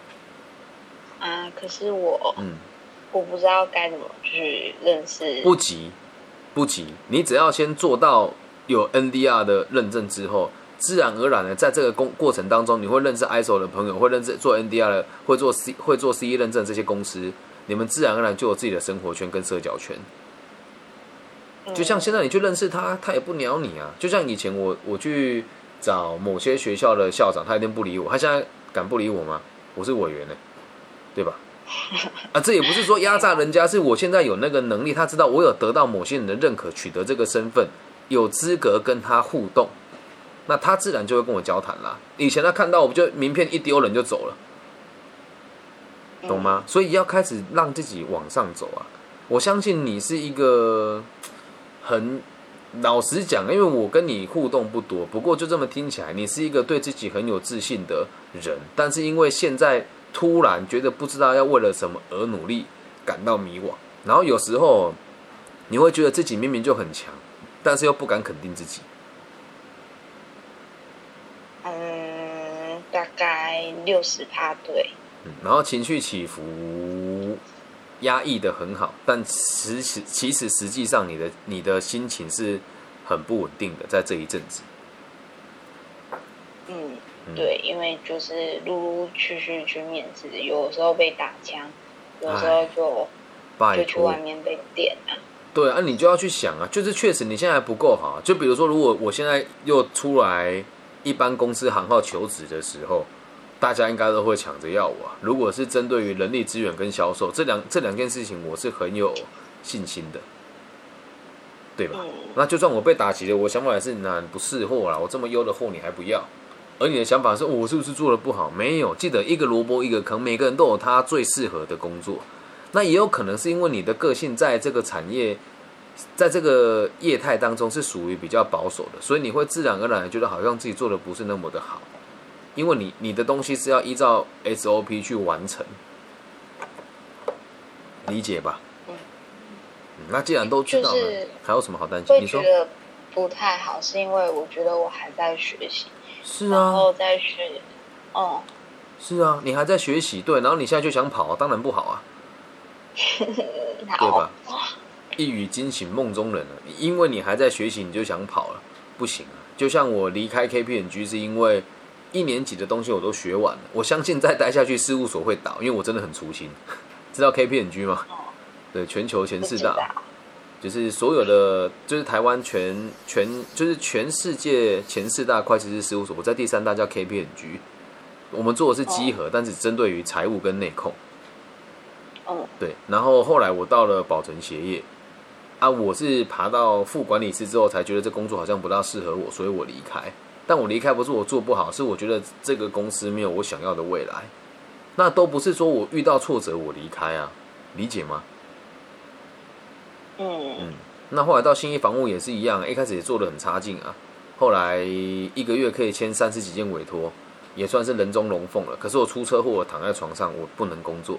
可是我不知道该怎么去认识。 不急，你只要先做到有 NDR 的认证之后，自然而然的在这个过程当中，你会认识 ISO 的朋友，会认识做 NDR 的，会做 CE 认证这些公司，你们自然而然就有自己的生活圈跟社交圈。就像现在你去认识他，他也不鸟你啊。就像以前我去找某些学校的校长，他一定不理我。他现在敢不理我吗？我是委员呢，对吧？这也不是说压榨人家，是我现在有那个能力，他知道我有得到某些人的认可，取得这个身份，有资格跟他互动，那他自然就会跟我交谈啦。以前他看到我就名片一丢人就走了，懂吗？所以要开始让自己往上走啊。我相信你是一个很老实讲，因为我跟你互动不多，不过就这么听起来，你是一个对自己很有自信的人，但是因为现在突然觉得不知道要为了什么而努力，感到迷惘，然后有时候你会觉得自己明明就很强，但是又不敢肯定自己。 大概60%对。 然后情绪起伏压抑的很好，但其实实际上你的心情是很不稳定的，在这一阵子。 对，因为就是陆陆续续去面试，有时候被打枪，有时候就去外面被电啊。 对啊，你就要去想啊，就是确实你现在还不够好。就比如说，如果我现在又出来一般公司行号求职的时候，大家应该都会抢着要我啊。如果是针对于人力资源跟销售这两件事情，我是很有信心的，对吧？那就算我被打击了，我想法也是不是货啦，我这么优的货你还不要？而你的想法是，我是不是做的不好？没有，记得一个萝卜一个坑，每个人都有他最适合的工作。那也有可能是因为你的个性在这个产业，在这个业态当中是属于比较保守的，所以你会自然而然觉得好像自己做的不是那么的好。因为你的东西是要依照 SOP 去完成，理解吧？那既然都知道了，还有什么好担心？你说会觉得不太好，是因为我觉得我还在学习。 是啊， 然后在学， 是啊，你还在学习，对，然后你现在就想跑，当然不好啊，对吧？一语惊醒梦中人了，因为你还在学习，你就想跑了，不行啊。就像我离开 KPMG 是因为1年级的东西我都学完了，我相信再待下去事务所会倒，因为我真的很粗心。知道 KPMG 吗？对，全球前4大，就是所有的，就是台湾就是全世界前4大会计师事务所，我在第3大叫 KPMG。我们做的是稽核，但是针对于财务跟内控。对，然后后来我到了保诚协业，我是爬到副管理师之后才觉得这工作好像不大适合我，所以我离开。但我离开不是我做不好，是我觉得这个公司没有我想要的未来。那都不是说我遇到挫折我离开啊，理解吗？那后来到信义房屋也是一样，一开始也做得很差劲啊，后来1个月可以签30几件委托，也算是人中龙凤了。可是我出车祸，我躺在床上，我不能工作，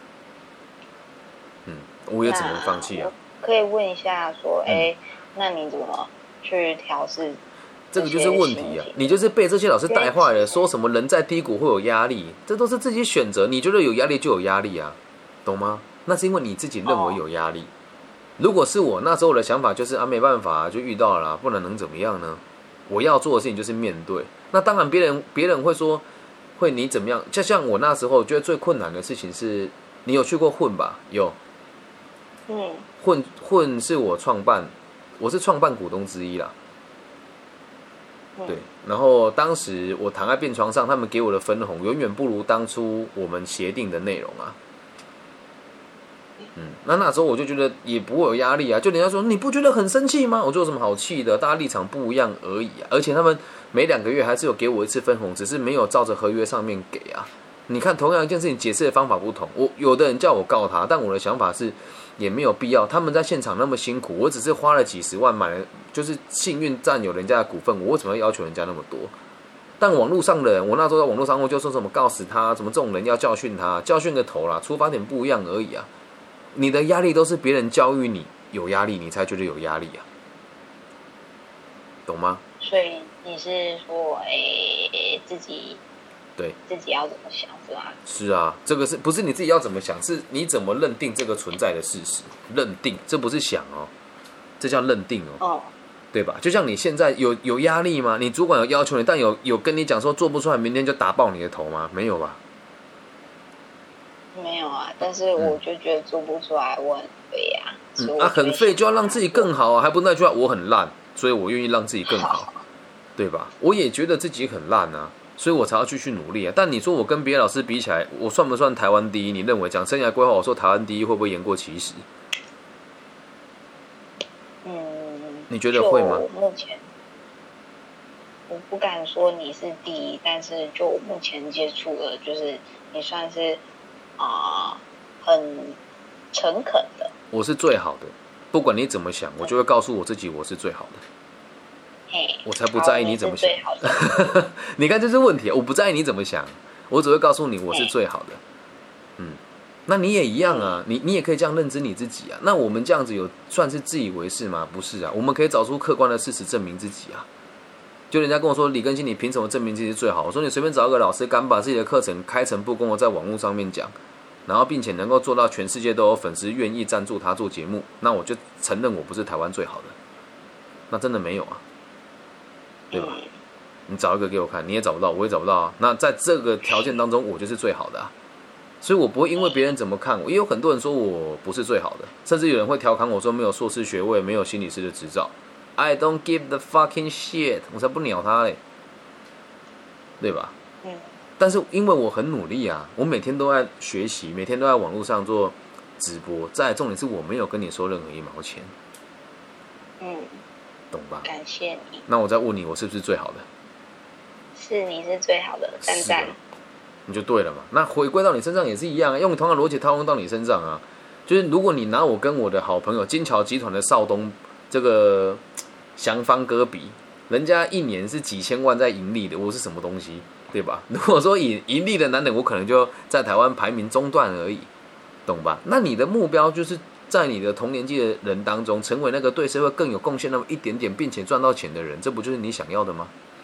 我也只能放弃啊。 可以问一下说，那你怎么去调试？ 这个就是问题啊！你就是被这些老师带坏了，说什么人在低谷会有压力，这都是自己选择。你觉得有压力就有压力啊，懂吗？那是因为你自己认为有压力。 如果是我那时候的想法就是啊，没办法、就遇到了啦，不然能怎么样呢？我要做的事情就是面对。那当然别人会说会你怎么样？就像我那时候觉得最困难的事情是，你有去过混吧？有。混是我是创办股东之一啦。对，然后当时我躺在病床上，他们给我的分红远远不如当初我们协定的内容啊。那时候我就觉得也不会有压力啊，就人家说你不觉得很生气吗？我说有什么好气的？大家立场不一样而已啊。而且他们每2个月还是有给我一次分红，只是没有照着合约上面给啊。你看，同样一件事情解释的方法不同，有的人叫我告他，但我的想法是也没有必要。他们在现场那么辛苦，我只是花了几十万买了，就是幸运占有人家的股份，我为什么要要求人家那么多？但网络上的人，我那时候在网络上我就说什么告死他，什么这种人要教训他，教训个头啦，出发点不一样而已啊。你的压力都是别人教育你有压力，你才觉得有压力啊，懂吗？ 所以你是说，自己要怎么想是吧？ 是啊，这个不是你自己要怎么想，是你怎么认定这个存在的事实。认定，这不是想哦，这叫认定哦。对吧？就像你现在有压力吗？你主管有要求你，但有跟你讲说做不出来，明天就打爆你的头吗？没有吧？ 没有啊，但是我就觉得做不出来，我很废啊。 很废就要让自己更好啊，还不那句话我很烂，所以我愿意让自己更好，对吧？我也觉得自己很烂啊。所以我才要继续努力啊！但你说我跟别的老师比起来，我算不算台湾第一？你认为讲生涯规划，我说台湾第一会不会言过其实？你觉得会吗？ 目前我不敢说你是第一，但是就我目前接触的，就是你算是很诚恳的。 我是最好的，不管你怎么想，我就会告诉我自己我是最好的。我才不在意你怎么想。你看这是问题，我不在意你怎么想，我只会告诉你我是最好的。那你也一样啊，你也可以这样认知你自己啊。那我们这样子有算是自以为是吗？不是啊，我们可以找出客观的事实证明自己啊。就人家跟我说李根新，你凭什么证明自己是最好？我说你随便找一个老师，敢把自己的课程开诚布公的在网络上面讲，然后并且能够做到全世界都有粉丝愿意赞助他做节目，那我就承认我不是台湾最好的。那真的没有啊。对吧？你找一个给我看，你也找不到，我也找不到啊。那在这个条件当中，我就是最好的啊。所以我不会因为别人怎么看我，也有很多人说我不是最好的，甚至有人会调侃我说没有硕士学位，没有心理师的执照。I don't give the fucking shit， 我才不鸟他嘞，对吧？但是因为我很努力啊，我每天都在学习，每天都在网络上做直播。再来重点是我没有跟你收任何1毛钱。懂吧？ 感谢你。 那我再问你，我是不是最好的？ 是，你是最好的，赞赞。 你就对了嘛。那回归到你身上也是一样啊，用同样的逻辑套用到你身上啊。就是如果你拿我跟我的好朋友金桥集团的少东这个祥方哥比，人家1年是几千万在盈利的，我是什么东西，对吧？如果说以盈利的男人，我可能就在台湾排名中段而已，懂吧？那你的目标就是在你的同年纪的人当中，成为那个对社会更有贡献那么一点点，并且赚到钱的人，这不就是你想要的吗？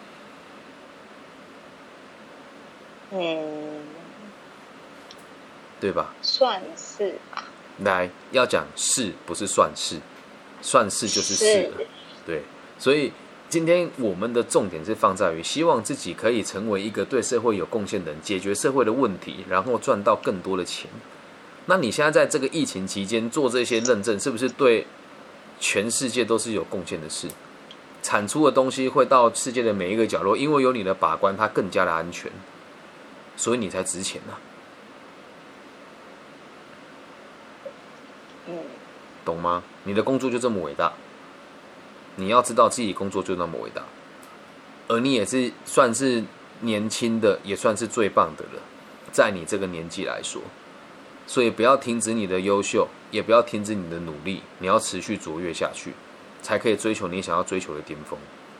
对吧？ 算是吧。 来，要讲是不是算是？算是就是是了。对，所以今天我们的重点是放在于，希望自己可以成为一个对社会有贡献的人，解决社会的问题，然后赚到更多的钱。那你现在在这个疫情期间做这些认证，是不是对全世界都是有贡献的事？产出的东西会到世界的每一个角落，因为有你的把关，它更加的安全，所以你才值钱啊。懂吗？你的工作就这么伟大，你要知道自己工作就那么伟大，而你也是算是年轻的，也算是最棒的了，在你这个年纪来说。所以不要停止你的优秀，也不要停止你的努力，你要持续卓越下去，才可以追求你想要追求的巅峰。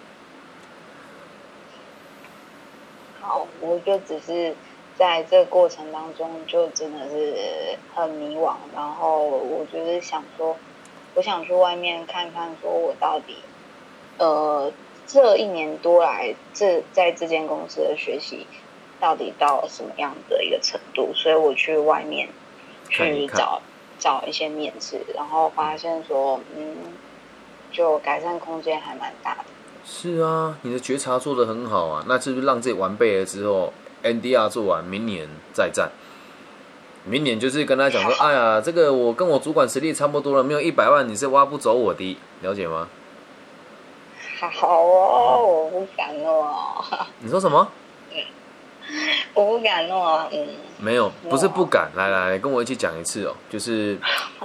好，我就只是在这个过程当中，就真的是很迷惘，然后我就是想说，我想去外面看看，说我到底，这1年多来，在这间公司的学习到底到什么样的一个程度，所以我去外面去找找一些面试，然后发现说，就改善空间还蛮大的。 是啊，你的觉察做得很好啊，那是不是让自己完备了之后 ，NDR 做完，明年再战？明年就是跟他讲说，哎呀，这个我跟我主管实力差不多了，没有100万你是挖不走我的，了解吗？ 好哦，我不敢哦。 你说什么？ 我不敢哦。 没有，不是不敢，来，跟我一起讲一次哦，就是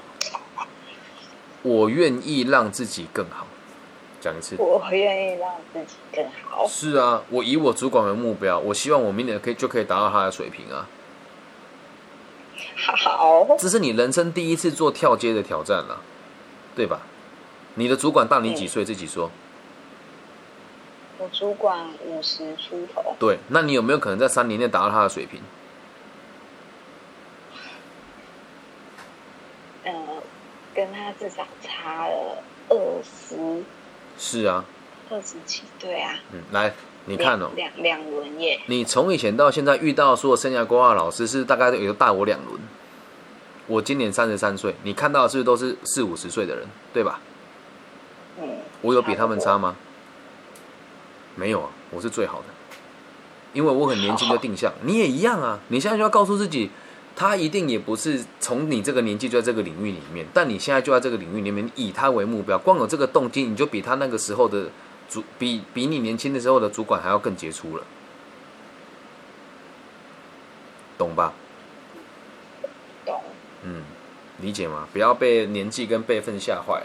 我愿意让自己更好。讲一次， 我愿意让自己更好。 是啊，我以我主管为目标，我希望我明年就可以达到他的水平啊。 好， 这是你人生第一次做跳阶的挑战了，对吧？你的主管大你几岁？自己说。 我主管50出头。 对，那你有没有可能在3年内达到他的水平？ 跟他至少差了20。 是啊。 27，对啊。 来，你看哦， 两轮耶。你从以前到现在遇到所有生涯规划老师，是大概有大我2轮。我今年33岁，你看到的是不是都是40-50岁的人，对吧？我有比他们差吗？没有啊，我是最好的，因为我很年轻就定向。你也一样啊，你现在就要告诉自己，他一定也不是从你这个年纪就在这个领域里面，但你现在就在这个领域里面，以他为目标，光有这个动机，你就比他那个时候的比你年轻的时候的主管还要更杰出了，懂吧？ 懂。 理解吗？不要被年纪跟辈分吓坏了。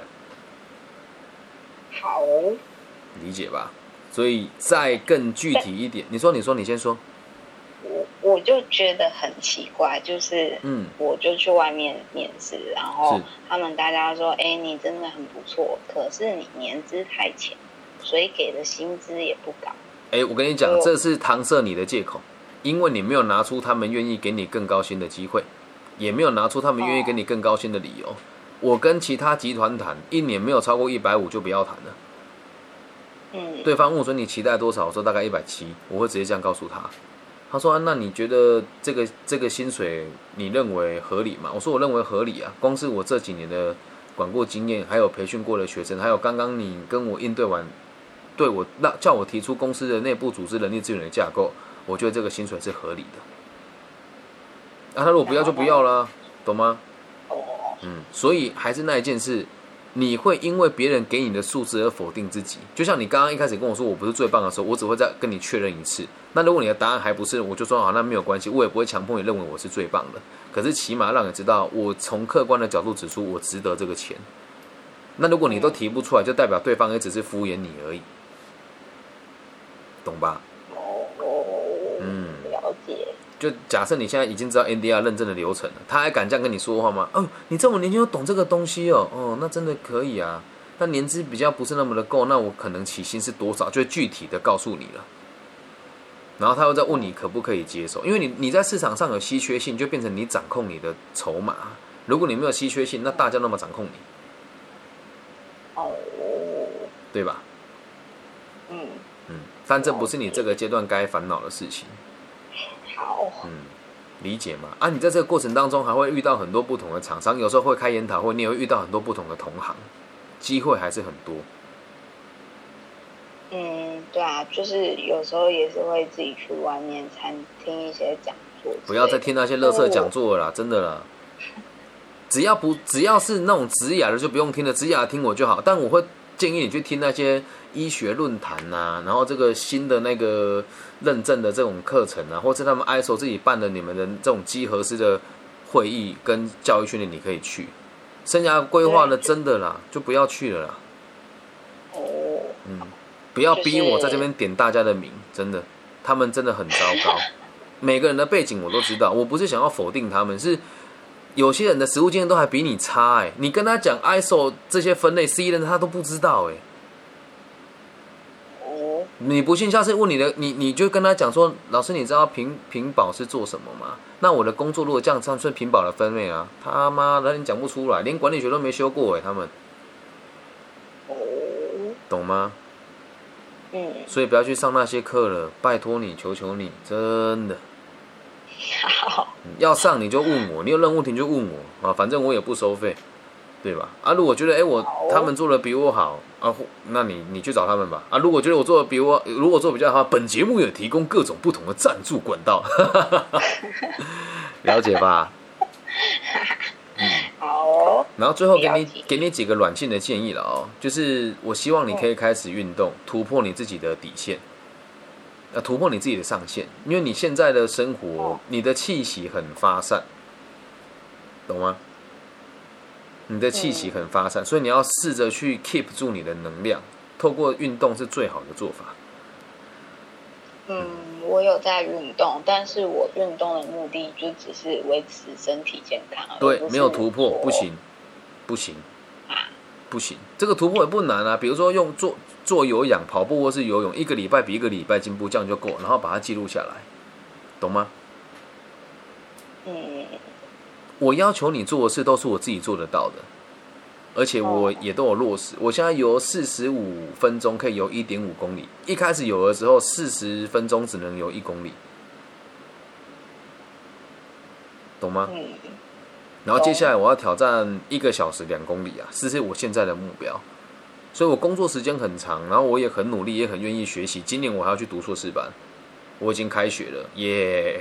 好， 理解吧？所以再更具体一点，你说，你先说。 我就觉得很奇怪，就是我就去外面面试，然后他们大家说，你真的很不错，可是你年资太浅，所以给的薪资也不高。 我跟你讲，这是搪塞你的借口，因为你没有拿出他们愿意给你更高薪的机会，也没有拿出他们愿意给你更高薪的理由。我跟其他集团谈，1年没有超过150就不要谈了。对方问我说你期待多少？我说大概170，我会直接这样告诉他。他说那你觉得这个薪水你认为合理吗？我说我认为合理啊，光是我这几年的管过经验，还有培训过的学生，还有刚刚你跟我应对完，对我叫我提出公司的内部组织人力资源的架构，我觉得这个薪水是合理的。他如果不要就不要啦，懂吗？所以还是那一件事，你会因为别人给你的数字而否定自己。就像你刚刚一开始跟我说我不是最棒的时候，我只会再跟你确认一次。那如果你的答案还不是，我就说好，那没有关系，我也不会强迫你认为我是最棒的。可是起码让你知道，我从客观的角度指出我值得这个钱。那如果你都提不出来，就代表对方也只是敷衍你而已，懂吧？ 了解。 就假设你现在已经知道 NDR 认证的流程了，他还敢这样跟你说话吗？你这么年轻就懂这个东西哦，那真的可以啊。那年资比较不是那么的够，那我可能起薪是多少，就会具体的告诉你了。然后他又在问你可不可以接受，因为你在市场上有稀缺性，就变成你掌控你的筹码。如果你没有稀缺性，那大家那么掌控你，对吧？但这不是你这个阶段该烦恼的事情。 好， 理解吗？你在这个过程当中还会遇到很多不同的厂商，有时候会开研讨会，你也会遇到很多不同的同行，机会还是很多。 对啊，就是有时候也是会自己去外面听一些讲座。 不要再听那些垃圾讲座了啦，真的啦。只要是那种职涯的就不用听了，职涯听我就好。但我会建议你去听那些医学论坛啊，然后这个新的那个认证的这种课程啊，或者他们 ISO 自己办的你们的这种集合式的会议跟教育训练，你可以去。生涯规划的真的啦，就不要去了啦。不要逼我在这边点大家的名，真的，他们真的很糟糕。每个人的背景我都知道，我不是想要否定他们，是有些人的实务经验都还比你差你跟他讲 ISO 这些分类 C 人他都不知道你不信，下次问你就跟他讲说，老师你知道屏保是做什么吗？那我的工作如果这样算屏保的分类啊，他妈的你讲不出来，连管理学都没修过他们，懂吗？所以不要去上那些课了，拜托你，求求你，真的。 好， 要上你就问我，你有任何问题就问我啊，反正我也不收费，对吧？啊，如果觉得他们做的比我好啊，那你去找他们吧。啊，如果觉得如果做比较好，本节目有提供各种不同的赞助管道，了解吧？ 好哦。 然后最后给你几个软性的建议了哦，就是我希望你可以开始运动，突破你自己的底线。突破你自己的上限，因为你现在的生活，你的气息很发散，懂吗？你的气息很发散，所以你要试着去 keep 住你的能量，透过运动是最好的做法。 我有在运动，但是我运动的目的就只是维持身体健康， 对，没有突破，不行，不行，这个突破也不难啊，比如说用做有氧、跑步或是游泳，一个礼拜比一个礼拜进步，这样就够，然后把它记录下来，懂吗？我要求你做的事都是我自己做得到的，而且我也都有落实。我现在游45分钟可以游1.5公里，一开始游的时候40分钟只能游1公里，懂吗？然后接下来我要挑战1个小时2公里啊，这是我现在的目标。所以我工作时间很长，然后我也很努力，也很愿意学习。今年我还要去读硕士班，我已经开学了，耶、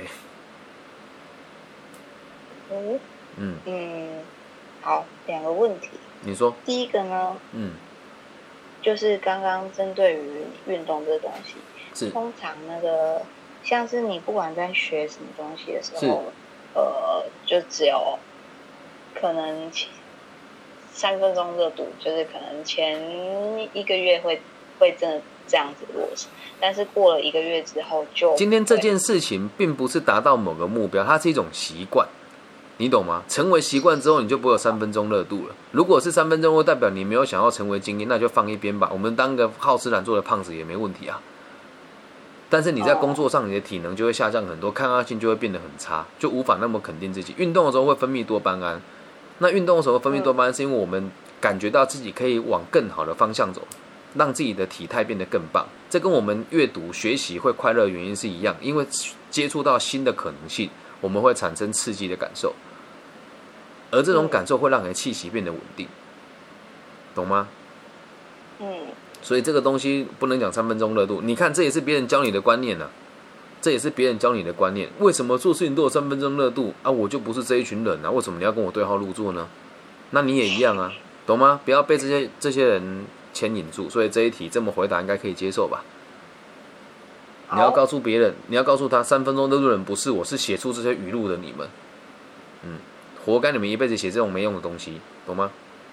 好，2个问题。 你说？ 第一个呢，就是刚刚针对于运动这个东西，是通常那个像是你不管在学什么东西的时候，就只有可能3分钟热度，就是可能前1个月会真的这样子落实，但是过了1个月之后就今天这件事情并不是达到某个目标，它是一种习惯，你懂吗？成为习惯之后，你就不会有3分钟热度了。如果是3分钟，代表你没有想要成为精英，那就放一边吧。我们当个好吃懒做的胖子也没问题啊。但是你在工作上，你的体能就会下降很多，抗压性就会变得很差，就无法那么肯定自己。运动的时候会分泌多巴胺，那运动的时候分泌多巴胺，是因为我们感觉到自己可以往更好的方向走，让自己的体态变得更棒。这跟我们阅读、学习会快乐的原因是一样，因为接触到新的可能性，我们会产生刺激的感受，而这种感受会让你的气息变得稳定，懂吗？所以这个东西不能讲3分钟热度。你看，这也是别人教你的观念啊，这也是别人教你的观念。为什么做事情都有3分钟热度啊？我就不是这一群人啊，为什么你要跟我对号入座呢？那你也一样啊，懂吗？不要被这些人牵引住。所以这一题这么回答应该可以接受吧？你要告诉别人，你要告诉他，3分钟热度的人不是我，是写出这些语录的你们。活该你们一辈子写这种没用的东西，懂吗？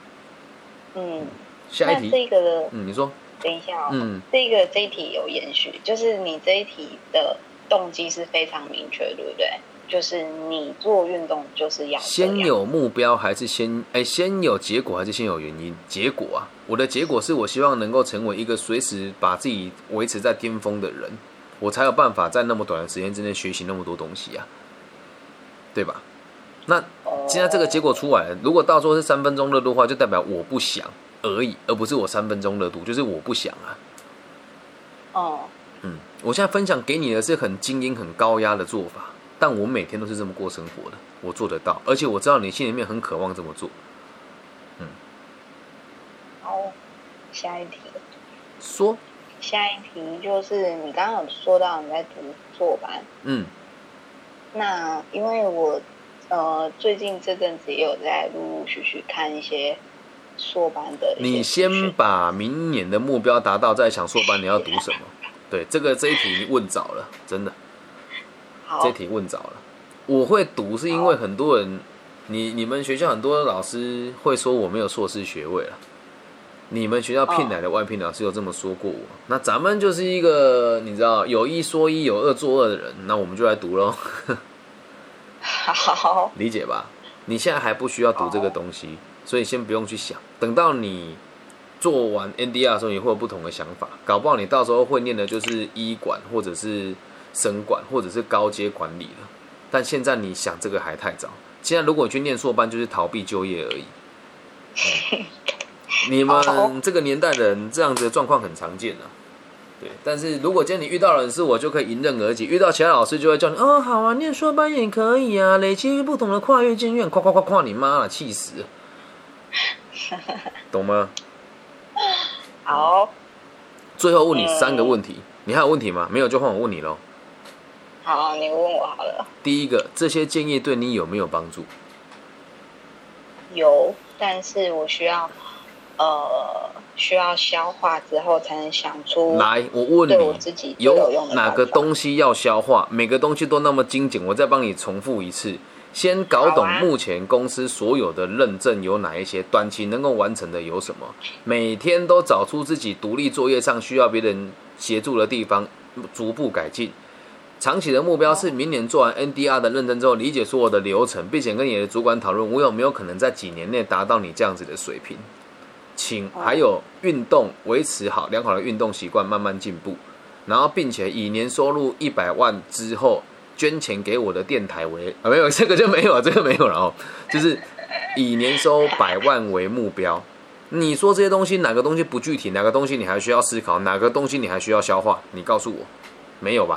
下一题， 那这个你说。 等一下这一题有延续，就是你这一题的动机是非常明确，对不对？就是你做运动就是要先有目标，还是先有结果，还是先有原因？结果啊，我的结果是我希望能够成为一个随时把自己维持在巅峰的人，我才有办法在那么短的时间之内学习那么多东西啊，对吧？那现在这个结果出来了，如果到时候是3分钟热度的话，就代表我不想而已，而不是我3分钟热度，就是我不想啊。我现在分享给你的是很精英、很高压的做法，但我每天都是这么过生活的，我做得到，而且我知道你心里面很渴望这么做。 好，下一题。 说。 下一题就是你刚刚有说到你在读硕班，那因为我最近这阵子也有在陆陆续续看一些硕班的一些。 你先把明年的目标达到，再想硕班你要读什么。对，这一题问早了，真的。这一题问早了。我会读是因为很多人，你们学校很多老师会说我没有硕士学位了。你们学校聘来的外聘老师有这么说过我，那咱们就是一个你知道有一说一有二做二的人，那我们就来读咯。 好， 理解吧？你现在还不需要读这个东西，所以先不用去想。等到你做完 NDR 的时候，你会有不同的想法。搞不好你到时候会念的就是医管，或者是生管，或者是高阶管理了。但现在你想这个还太早。现在如果你去念硕班，就是逃避就业而已。你们这个年代的人这样子的状况很常见啊， 对，但是如果今天你遇到的人是我，就可以迎刃而解；遇到其他老师就会叫你哦，好啊，念硕班也可以啊，累积不同的跨越经验，夸你妈了，气死了，懂吗？ 好， 最后问你3个问题，你还有问题吗？没有就换我问你喽。 好，你问我好了。 第一个，这些建议对你有没有帮助？ 有，但是我需要消化之后才能想出。 来，我问你， 对我自己有用的哪个东西要消化？每个东西都那么精简，我再帮你重复一次。先搞懂目前公司所有的认证有哪一些，短期能够完成的有什么，每天都找出自己独立作业上需要别人协助的地方，逐步改进。长期的目标是明年做完 NDR 的认证之后，理解所有的流程，并且跟你的主管讨论，我有没有可能在几年内达到你这样子的水平。还有运动，维持好良好的运动习惯，慢慢进步。然后，并且以年收入100万之后，捐钱给我的电台为没有这个就没有了，这个没有了哦，就是以年收100万为目标。你说这些东西哪个东西不具体，哪个东西你还需要思考，哪个东西你还需要消化？你告诉我，没有吧？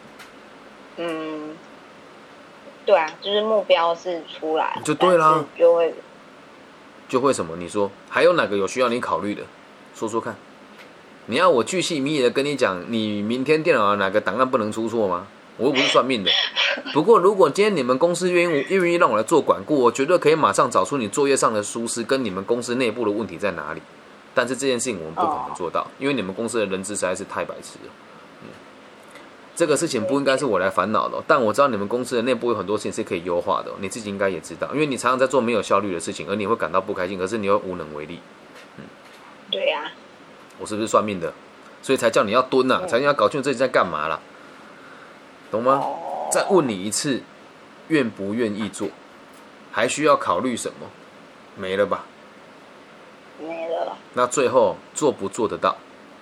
对啊，就是目标是出来就对啦， 就会什么？你说还有哪个有需要你考虑的？说说看。你要我巨细靡遗的跟你讲，你明天电脑哪个档案不能出错吗？我又不是算命的。不过如果今天你们公司愿意让我来做管顾，我绝对可以马上找出你作业上的疏失跟你们公司内部的问题在哪里。但是这件事情我们不可能做到，因为你们公司的人资实在是太白痴了。这个事情不应该是我来烦恼的，但我知道你们公司的内部有很多事情是可以优化的，你自己应该也知道，因为你常常在做没有效率的事情，而你会感到不开心，可是你又无能为力。 对呀， 我是不是算命的？所以才叫你要蹲啊，才要搞清楚自己在干嘛啦，懂吗？再问你一次，愿不愿意做？还需要考虑什么？没了吧？ 没了。 那最后做不做得到？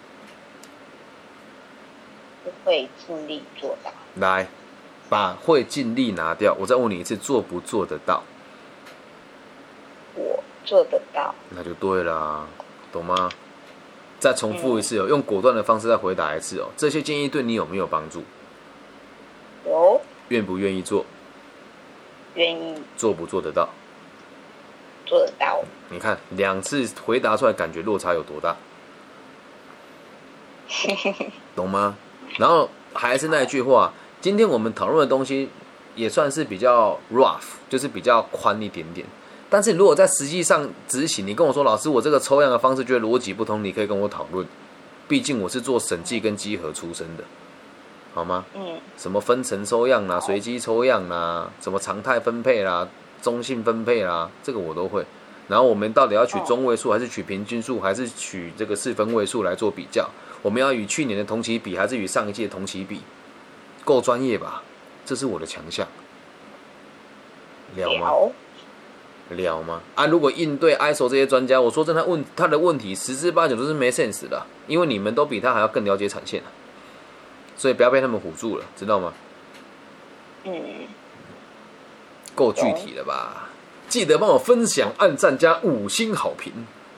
会尽力做到。 来，把会尽力拿掉。我再问你一次，做不做得到？ 我做得到。 那就对啦，懂吗？再重复一次哦，用果断的方式再回答一次哦。这些建议对你有没有帮助？ 有。 愿不愿意做？ 愿意。 做不做得到？ 做得到。 你看2次回答出来，感觉落差有多大？懂吗？然后还是那一句话，今天我们讨论的东西也算是比较 rough， 就是比较宽一点点。但是如果在实际上执行，你跟我说老师，我这个抽样的方式觉得逻辑不通，你可以跟我讨论。毕竟我是做审计跟稽核出身的，好吗？什么分层抽样啦、随机抽样啦、什么常态分配啦、中性分配啦，这个我都会。然后我们到底要取中位数，还是取平均数，还是取这个4分位数来做比较？我们要与去年的同期比，还是与上一届的同期比？够专业吧？这是我的强项。了吗？了吗？啊！如果应对 ISO 这些专家，我说真的，他的问题10之8九都是没 sense 的，因为你们都比他还要更了解产线，所以不要被他们唬住了，知道吗？够具体了吧？记得帮我分享、按赞加5星好评。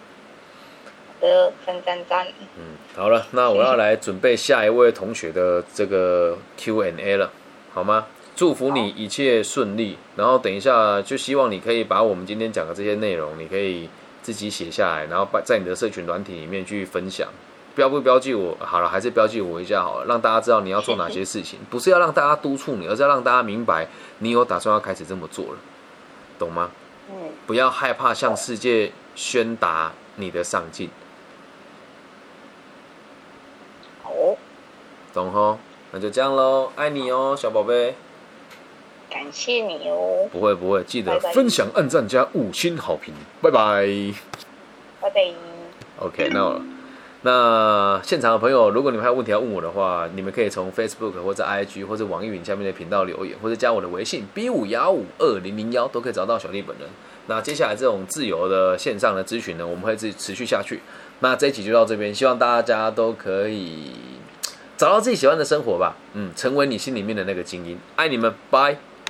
赞。 好了，那我要来准备下一位同学的这个 Q&A 了，好吗？祝福你一切顺利，然后等一下就希望你可以把我们今天讲的这些内容，你可以自己写下来，然后在你的社群软体里面去分享。标记我好了，还是标记我一下好了，让大家知道你要做哪些事情，不是要让大家督促你，而是要让大家明白你有打算要开始这么做了，懂吗？不要害怕向世界宣达你的上进。懂吼？那就这样咯，爱你哦，小宝贝。 感谢你哦。 不会，记得分享、按赞加5星好评，拜拜。 拜拜。 OK， 那现场的朋友，如果你们还有问题要问我的话，你们可以从 Facebook 或者 IG 或者网易云下面的频道留言，或者加我的微信 B5152001，都可以找到小弟本人。那接下来这种自由的线上的咨询呢，我们会持续下去。那这一集就到这边，希望大家都可以找到自己喜欢的生活吧，成为你心里面的那个精英。爱你们，拜。